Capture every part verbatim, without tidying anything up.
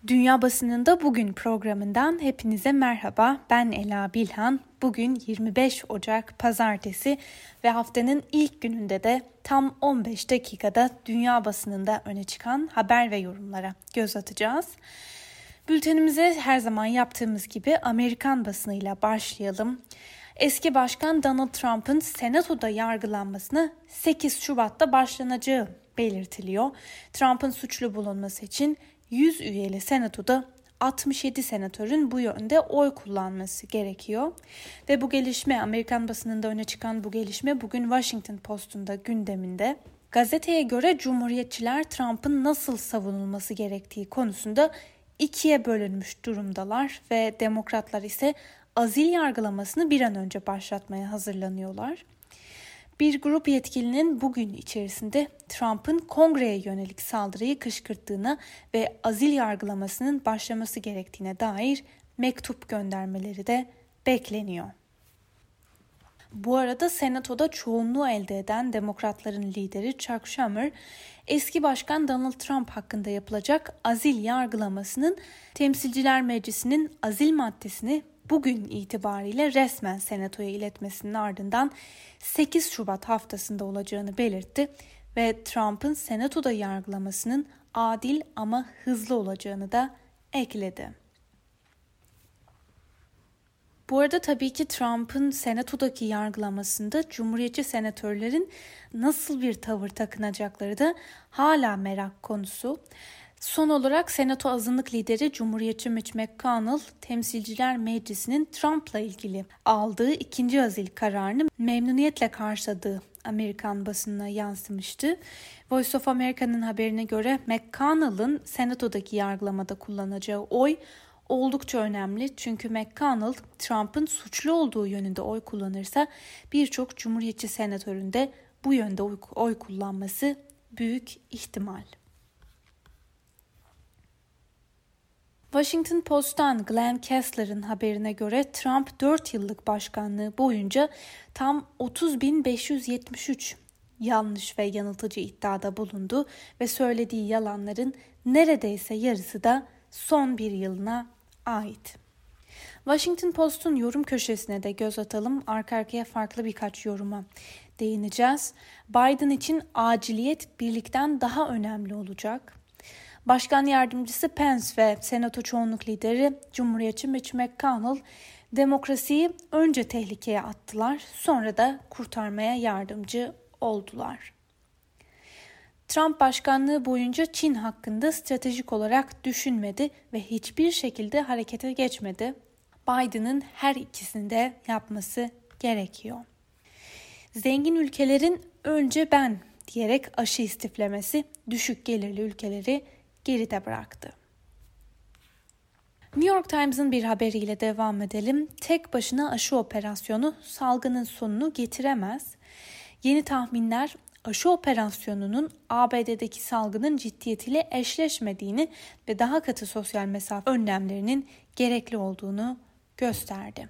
Dünya Basınında Bugün programından hepinize merhaba. Ben Ela Bilhan. Bugün yirmi beş Ocak Pazartesi ve haftanın ilk gününde de tam on beş dakikada dünya basınında öne çıkan haber ve yorumlara göz atacağız. Bültenimize her zaman yaptığımız gibi Amerikan basınıyla başlayalım. Eski Başkan Donald Trump'ın Senato'da yargılanmasına sekiz Şubat'ta başlanacağı belirtiliyor. Trump'ın suçlu bulunması için yüz üyeli Senato'da altmış yedi senatörün bu yönde oy kullanması gerekiyor. Ve bu gelişme, Amerikan basınında öne çıkan bu gelişme bugün Washington Post'un da gündeminde. Gazeteye göre Cumhuriyetçiler Trump'ın nasıl savunulması gerektiği konusunda ikiye bölünmüş durumdalar ve Demokratlar ise azil yargılamasını bir an önce başlatmaya hazırlanıyorlar. Bir grup yetkilinin bugün içerisinde Trump'ın Kongre'ye yönelik saldırıyı kışkırttığına ve azil yargılamasının başlaması gerektiğine dair mektup göndermeleri de bekleniyor. Bu arada Senato'da çoğunluğu elde eden Demokratların lideri Chuck Schumer, eski başkan Donald Trump hakkında yapılacak azil yargılamasının Temsilciler Meclisi'nin azil maddesini bugün itibariyle resmen Senato'ya iletmesinin ardından sekiz Şubat haftasında olacağını belirtti ve Trump'ın Senato'da yargılamasının adil ama hızlı olacağını da ekledi. Bu arada tabii ki Trump'ın Senato'daki yargılamasında Cumhuriyetçi senatörlerin nasıl bir tavır takınacakları da hala merak konusu. Son olarak Senato azınlık lideri Cumhuriyetçi Mitch McConnell, Temsilciler Meclisi'nin Trump'la ilgili aldığı ikinci azil kararını memnuniyetle karşıladığı Amerikan basınına yansımıştı. Voice of America'nın haberine göre McConnell'ın Senato'daki yargılamada kullanacağı oy oldukça önemli. Çünkü McConnell, Trump'ın suçlu olduğu yönünde oy kullanırsa birçok Cumhuriyetçi senatörün de bu yönde oy, oy kullanması büyük ihtimal. Washington Post'tan Glenn Kessler'ın haberine göre Trump dört yıllık başkanlığı boyunca tam otuz bin beş yüz yetmiş üç yanlış ve yanıltıcı iddiada bulundu ve söylediği yalanların neredeyse yarısı da son bir yılına ait. Washington Post'un yorum köşesine de göz atalım. Arka arkaya farklı birkaç yoruma değineceğiz. Biden için aciliyet birlikten daha önemli olacak. Başkan Yardımcısı Pence ve Senato Çoğunluk Lideri Cumhuriyetçi Mitch McConnell demokrasiyi önce tehlikeye attılar, sonra da kurtarmaya yardımcı oldular. Trump başkanlığı boyunca Çin hakkında stratejik olarak düşünmedi ve hiçbir şekilde harekete geçmedi. Biden'ın her ikisini de yapması gerekiyor. Zengin ülkelerin önce ben diyerek aşı istiflemesi düşük gelirli ülkeleri geride bıraktı. New York Times'ın bir haberiyle devam edelim. Tek başına aşı operasyonu salgının sonunu getiremez. Yeni tahminler aşı operasyonunun A B D'deki salgının ciddiyetiyle eşleşmediğini ve daha katı sosyal mesafe önlemlerinin gerekli olduğunu gösterdi.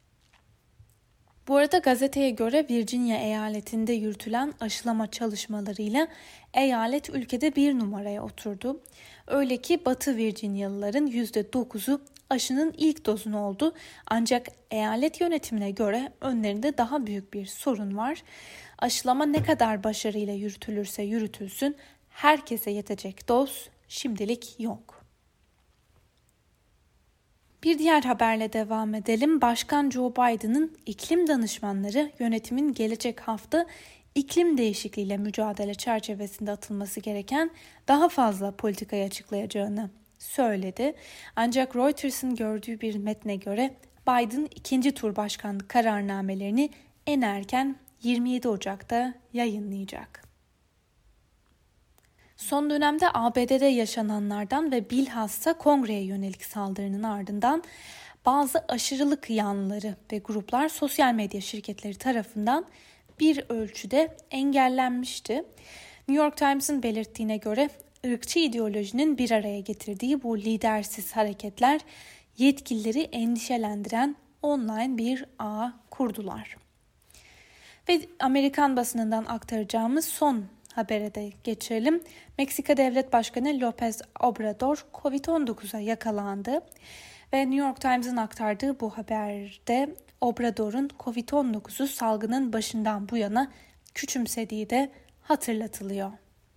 Bu arada gazeteye göre Virginia eyaletinde yürütülen aşılama çalışmalarıyla eyalet ülkede bir numaraya oturdu. Öyle ki Batı Virginialıların yüzde dokuzu aşının ilk dozunu oldu. Ancak eyalet yönetimine göre önlerinde daha büyük bir sorun var. Aşılama ne kadar başarıyla yürütülürse yürütülsün herkese yetecek doz şimdilik yok. Bir diğer haberle devam edelim. Başkan Joe Biden'ın iklim danışmanları yönetimin gelecek hafta iklim değişikliğiyle mücadele çerçevesinde atılması gereken daha fazla politikayı açıklayacağını söyledi. Ancak Reuters'ın gördüğü bir metne göre Biden ikinci tur başkanlık kararnamelerini en erken yirmi yedi Ocak'ta yayınlayacak. Son dönemde A B D'de yaşananlardan ve bilhassa Kongre'ye yönelik saldırının ardından bazı aşırılık yanlıları ve gruplar sosyal medya şirketleri tarafından bir ölçüde engellenmişti. New York Times'ın belirttiğine göre ırkçı ideolojinin bir araya getirdiği bu lidersiz hareketler yetkilileri endişelendiren online bir ağ kurdular. Ve Amerikan basınından aktaracağımız son habere de geçelim. Meksika Devlet Başkanı López Obrador kovid on dokuza yakalandı ve New York Times'ın aktardığı bu haberde Obrador'un kovid on dokuzu salgının başından bu yana küçümsediği de hatırlatılıyor.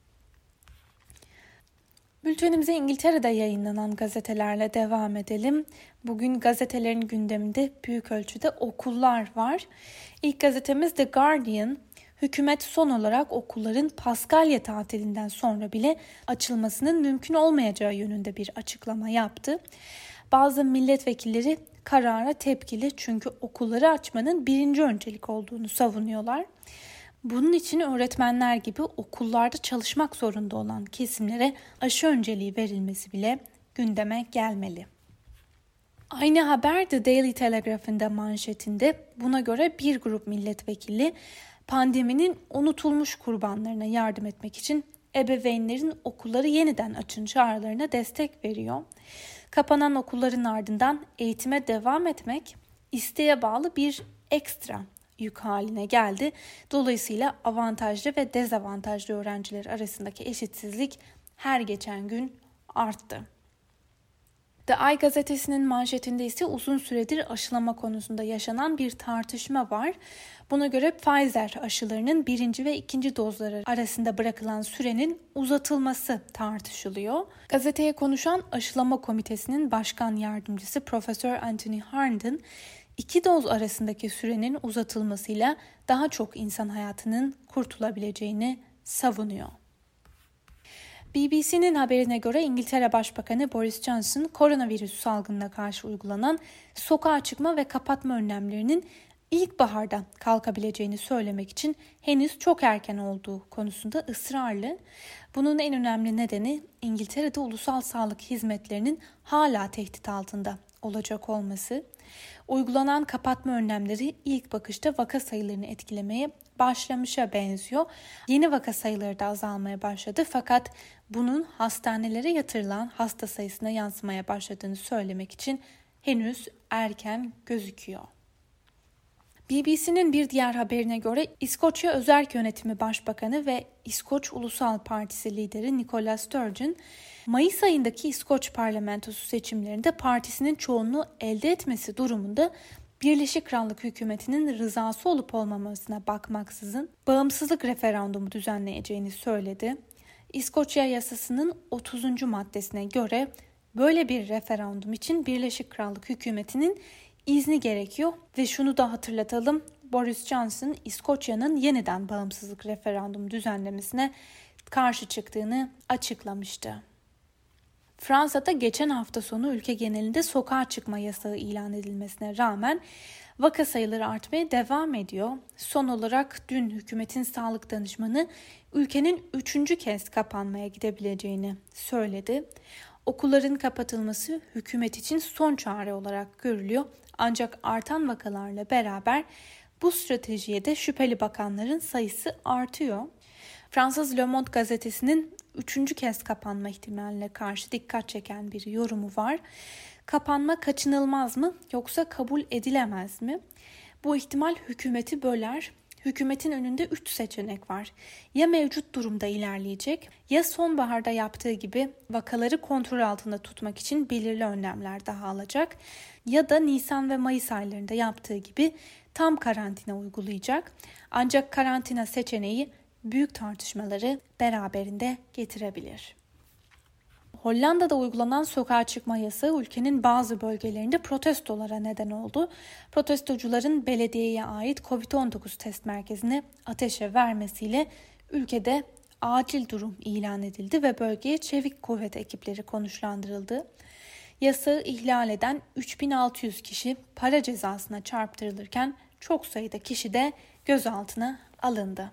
Bültenimize İngiltere'de yayınlanan gazetelerle devam edelim. Bugün gazetelerin gündeminde büyük ölçüde okullar var. İlk gazetemiz The Guardian. Hükümet son olarak okulların Paskalya tatilinden sonra bile açılmasının mümkün olmayacağı yönünde bir açıklama yaptı. Bazı milletvekilleri karara tepkili çünkü okulları açmanın birinci öncelik olduğunu savunuyorlar. Bunun için öğretmenler gibi okullarda çalışmak zorunda olan kesimlere aşı önceliği verilmesi bile gündeme gelmeli. Aynı haber The Daily Telegraph'ın da manşetinde buna göre bir grup milletvekili pandeminin unutulmuş kurbanlarına yardım etmek için ebeveynlerin okulları yeniden açın çağrılarına destek veriyor. Kapanan okulların ardından eğitime devam etmek isteğe bağlı bir ekstra yük haline geldi. Dolayısıyla avantajlı ve dezavantajlı öğrenciler arasındaki eşitsizlik her geçen gün arttı. The Eye gazetesinin manşetinde ise uzun süredir aşılama konusunda yaşanan bir tartışma var. Buna göre Pfizer aşılarının birinci ve ikinci dozları arasında bırakılan sürenin uzatılması tartışılıyor. Gazeteye konuşan aşılama komitesinin başkan yardımcısı Profesör Anthony Harnden, İki doz arasındaki sürenin uzatılmasıyla daha çok insan hayatının kurtulabileceğini savunuyor. B B C'nin haberine göre İngiltere Başbakanı Boris Johnson, koronavirüs salgınına karşı uygulanan sokağa çıkma ve kapatma önlemlerinin ilkbaharda kalkabileceğini söylemek için henüz çok erken olduğu konusunda ısrarlı. Bunun en önemli nedeni İngiltere'de ulusal sağlık hizmetlerinin hala tehdit altında olacak olması. Uygulanan kapatma önlemleri ilk bakışta vaka sayılarını etkilemeye başlamışa benziyor. Yeni vaka sayıları da azalmaya başladı fakat bunun hastanelere yatırılan hasta sayısına yansımaya başladığını söylemek için henüz erken gözüküyor. B B C'nin bir diğer haberine göre İskoçya Özerk Yönetimi Başbakanı ve İskoç Ulusal Partisi lideri Nicola Sturgeon, Mayıs ayındaki İskoç parlamentosu seçimlerinde partisinin çoğunluğu elde etmesi durumunda Birleşik Krallık hükümetinin rızası olup olmamasına bakmaksızın bağımsızlık referandumu düzenleyeceğini söyledi. İskoçya yasasının otuzuncu maddesine göre böyle bir referandum için Birleşik Krallık hükümetinin izni gerekiyor ve şunu da hatırlatalım, Boris Johnson İskoçya'nın yeniden bağımsızlık referandumu düzenlemesine karşı çıktığını açıklamıştı. Fransa'da geçen hafta sonu ülke genelinde sokağa çıkma yasağı ilan edilmesine rağmen vaka sayıları artmaya devam ediyor. Son olarak dün hükümetin sağlık danışmanı ülkenin üçüncü kez kapanmaya gidebileceğini söyledi. Okulların kapatılması hükümet için son çare olarak görülüyor. Ancak artan vakalarla beraber bu stratejiye de şüpheli bakanların sayısı artıyor. Fransız Le Monde gazetesinin üçüncü kez kapanma ihtimaline karşı dikkat çeken bir yorumu var. Kapanma kaçınılmaz mı yoksa kabul edilemez mi? Bu ihtimal hükümeti böler. Hükümetin önünde üç seçenek var. Ya mevcut durumda ilerleyecek, ya sonbaharda yaptığı gibi vakaları kontrol altında tutmak için belirli önlemler daha alacak, ya da Nisan ve Mayıs aylarında yaptığı gibi tam karantina uygulayacak. Ancak karantina seçeneği büyük tartışmaları beraberinde getirebilir. Hollanda'da uygulanan sokağa çıkma yasağı ülkenin bazı bölgelerinde protestolara neden oldu. Protestocuların belediyeye ait kovid on dokuz test merkezine ateşe vermesiyle ülkede acil durum ilan edildi ve bölgeye çevik kuvvet ekipleri konuşlandırıldı. Yasağı ihlal eden üç bin altı yüz kişi para cezasına çarptırılırken çok sayıda kişi de gözaltına alındı.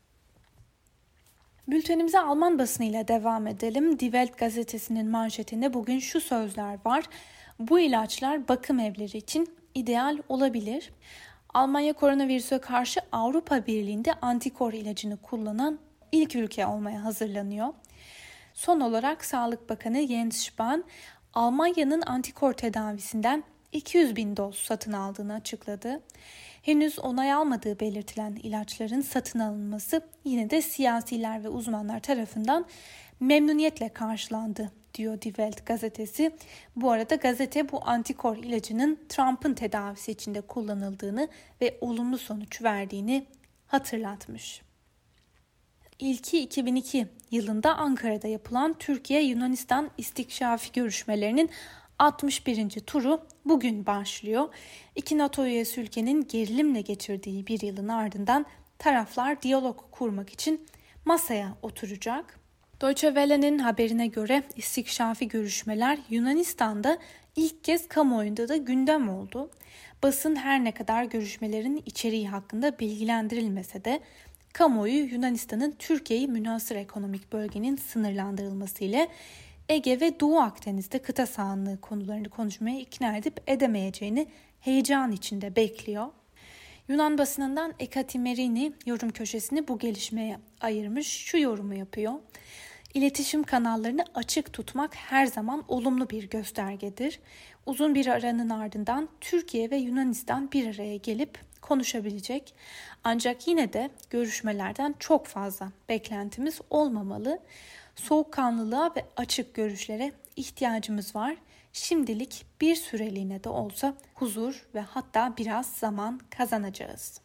Bültenimize Alman basınıyla devam edelim. Die Welt gazetesinin manşetinde bugün şu sözler var. Bu ilaçlar bakım evleri için ideal olabilir. Almanya koronavirüse karşı Avrupa Birliği'nde antikor ilacını kullanan ilk ülke olmaya hazırlanıyor. Son olarak Sağlık Bakanı Jens Spahn, Almanya'nın antikor tedavisinden iki yüz bin doz satın aldığını açıkladı. Henüz onay almadığı belirtilen ilaçların satın alınması yine de siyasiler ve uzmanlar tarafından memnuniyetle karşılandı, diyor Die Welt gazetesi. Bu arada gazete bu antikor ilacının Trump'ın tedavisi içinde kullanıldığını ve olumlu sonuç verdiğini hatırlatmış. İlki iki bin iki yılında Ankara'da yapılan Türkiye-Yunanistan istikşafi görüşmelerinin altmış birinci turu bugün başlıyor. İki NATO üyesi ülkenin gerilimle geçirdiği bir yılın ardından taraflar diyalog kurmak için masaya oturacak. Deutsche Welle'nin haberine göre istikşafi görüşmeler Yunanistan'da ilk kez kamuoyunda da gündem oldu. Basın her ne kadar görüşmelerin içeriği hakkında bilgilendirilmese de kamuoyu Yunanistan'ın Türkiye'yi münhasır ekonomik bölgenin sınırlandırılması ile Ege ve Doğu Akdeniz'de kıta sahanlığı konularını konuşmaya ikna edip edemeyeceğini heyecan içinde bekliyor. Yunan basınından Ekatimerini yorum köşesini bu gelişmeye ayırmış, şu yorumu yapıyor. İletişim kanallarını açık tutmak her zaman olumlu bir göstergedir. Uzun bir aranın ardından Türkiye ve Yunanistan bir araya gelip konuşabilecek. Ancak yine de görüşmelerden çok fazla beklentimiz olmamalı. Soğukkanlılığa ve açık görüşlere ihtiyacımız var. Şimdilik bir süreliğine de olsa huzur ve hatta biraz zaman kazanacağız.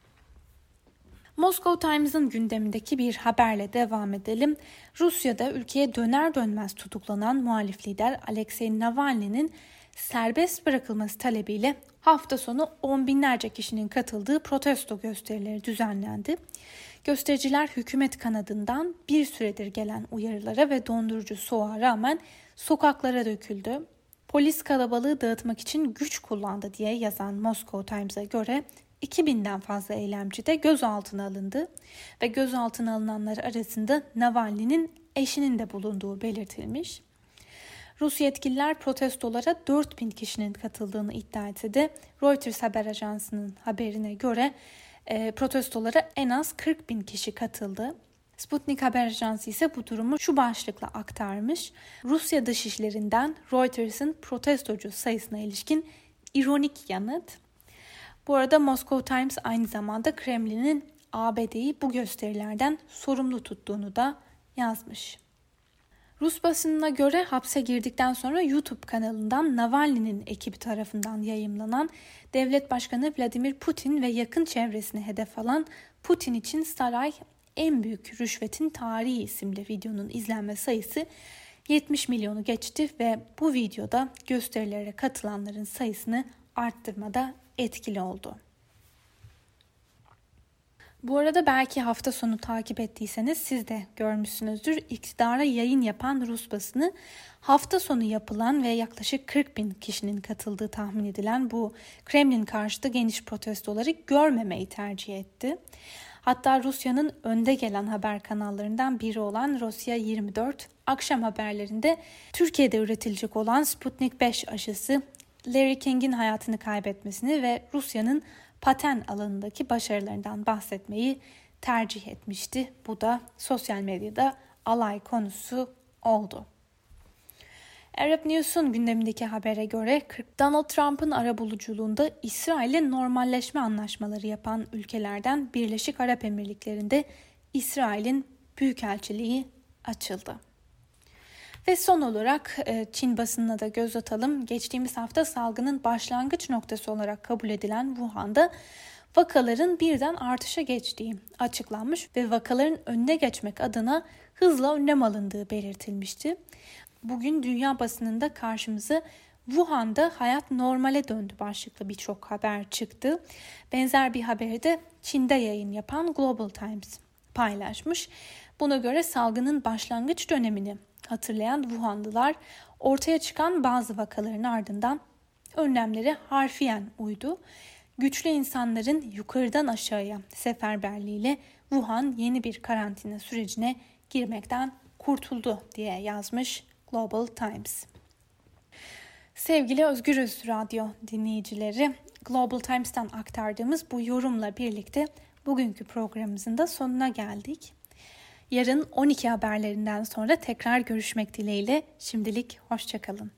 Moscow Times'ın gündemindeki bir haberle devam edelim. Rusya'da ülkeye döner dönmez tutuklanan muhalif lider Alexei Navalny'nin serbest bırakılması talebiyle hafta sonu on binlerce kişinin katıldığı protesto gösterileri düzenlendi. Göstericiler hükümet kanadından bir süredir gelen uyarılara ve dondurucu soğuğa rağmen sokaklara döküldü. Polis kalabalığı dağıtmak için güç kullandı diye yazan Moscow Times'a göre iki binden fazla eylemci de gözaltına alındı ve gözaltına alınanlar arasında Navalny'nin eşinin de bulunduğu belirtilmiş. Rus yetkililer protestolara dört bin kişinin katıldığını iddia etse de Reuters haber ajansının haberine göre e, protestolara en az kırk bin kişi katıldı. Sputnik haber ajansı ise bu durumu şu başlıkla aktarmış. Rusya dışişlerinden Reuters'ın protestocu sayısına ilişkin ironik yanıt. Bu arada Moscow Times aynı zamanda Kremlin'in A B D'yi bu gösterilerden sorumlu tuttuğunu da yazmış. Rus basınına göre hapse girdikten sonra YouTube kanalından Navalny'nin ekibi tarafından yayımlanan Devlet Başkanı Vladimir Putin ve yakın çevresini hedef alan Putin için Saray en büyük rüşvetin tarihi isimli videonun izlenme sayısı yetmiş milyonu geçti ve bu videoda gösterilere katılanların sayısını arttırmada etkili oldu. Bu arada belki hafta sonu takip ettiyseniz siz de görmüşsünüzdür. İktidara yayın yapan Rus basını hafta sonu yapılan ve yaklaşık kırk bin kişinin katıldığı tahmin edilen bu Kremlin karşıtı geniş protestoları görmemeyi tercih etti. Hatta Rusya'nın önde gelen haber kanallarından biri olan Rusya yirmi dört akşam haberlerinde Türkiye'de üretilecek olan Sputnik beş aşısı Larry King'in hayatını kaybetmesini ve Rusya'nın patent alanındaki başarılarından bahsetmeyi tercih etmişti. Bu da sosyal medyada alay konusu oldu. Arab News'un gündemindeki habere göre Donald Trump'ın arabuluculuğunda İsrail'le normalleşme anlaşmaları yapan ülkelerden Birleşik Arap Emirlikleri'nde İsrail'in büyükelçiliği açıldı. Ve son olarak Çin basınına da göz atalım. Geçtiğimiz hafta salgının başlangıç noktası olarak kabul edilen Wuhan'da vakaların birden artışa geçtiği açıklanmış ve vakaların önüne geçmek adına hızla önlem alındığı belirtilmişti. Bugün dünya basınında karşımıza Wuhan'da hayat normale döndü başlıklı birçok haber çıktı. Benzer bir haberi de Çin'de yayın yapan Global Times paylaşmış. Buna göre salgının başlangıç dönemini hatırlayan Wuhanlılar ortaya çıkan bazı vakaların ardından önlemlere harfiyen uydu. Güçlü insanların yukarıdan aşağıya seferberliğiyle Wuhan yeni bir karantina sürecine girmekten kurtuldu diye yazmış Global Times. Sevgili Özgürüz Radyo dinleyicileri, Global Times'tan aktardığımız bu yorumla birlikte bugünkü programımızın da sonuna geldik. Yarın on iki haberlerinden sonra tekrar görüşmek dileğiyle şimdilik hoşça kalın.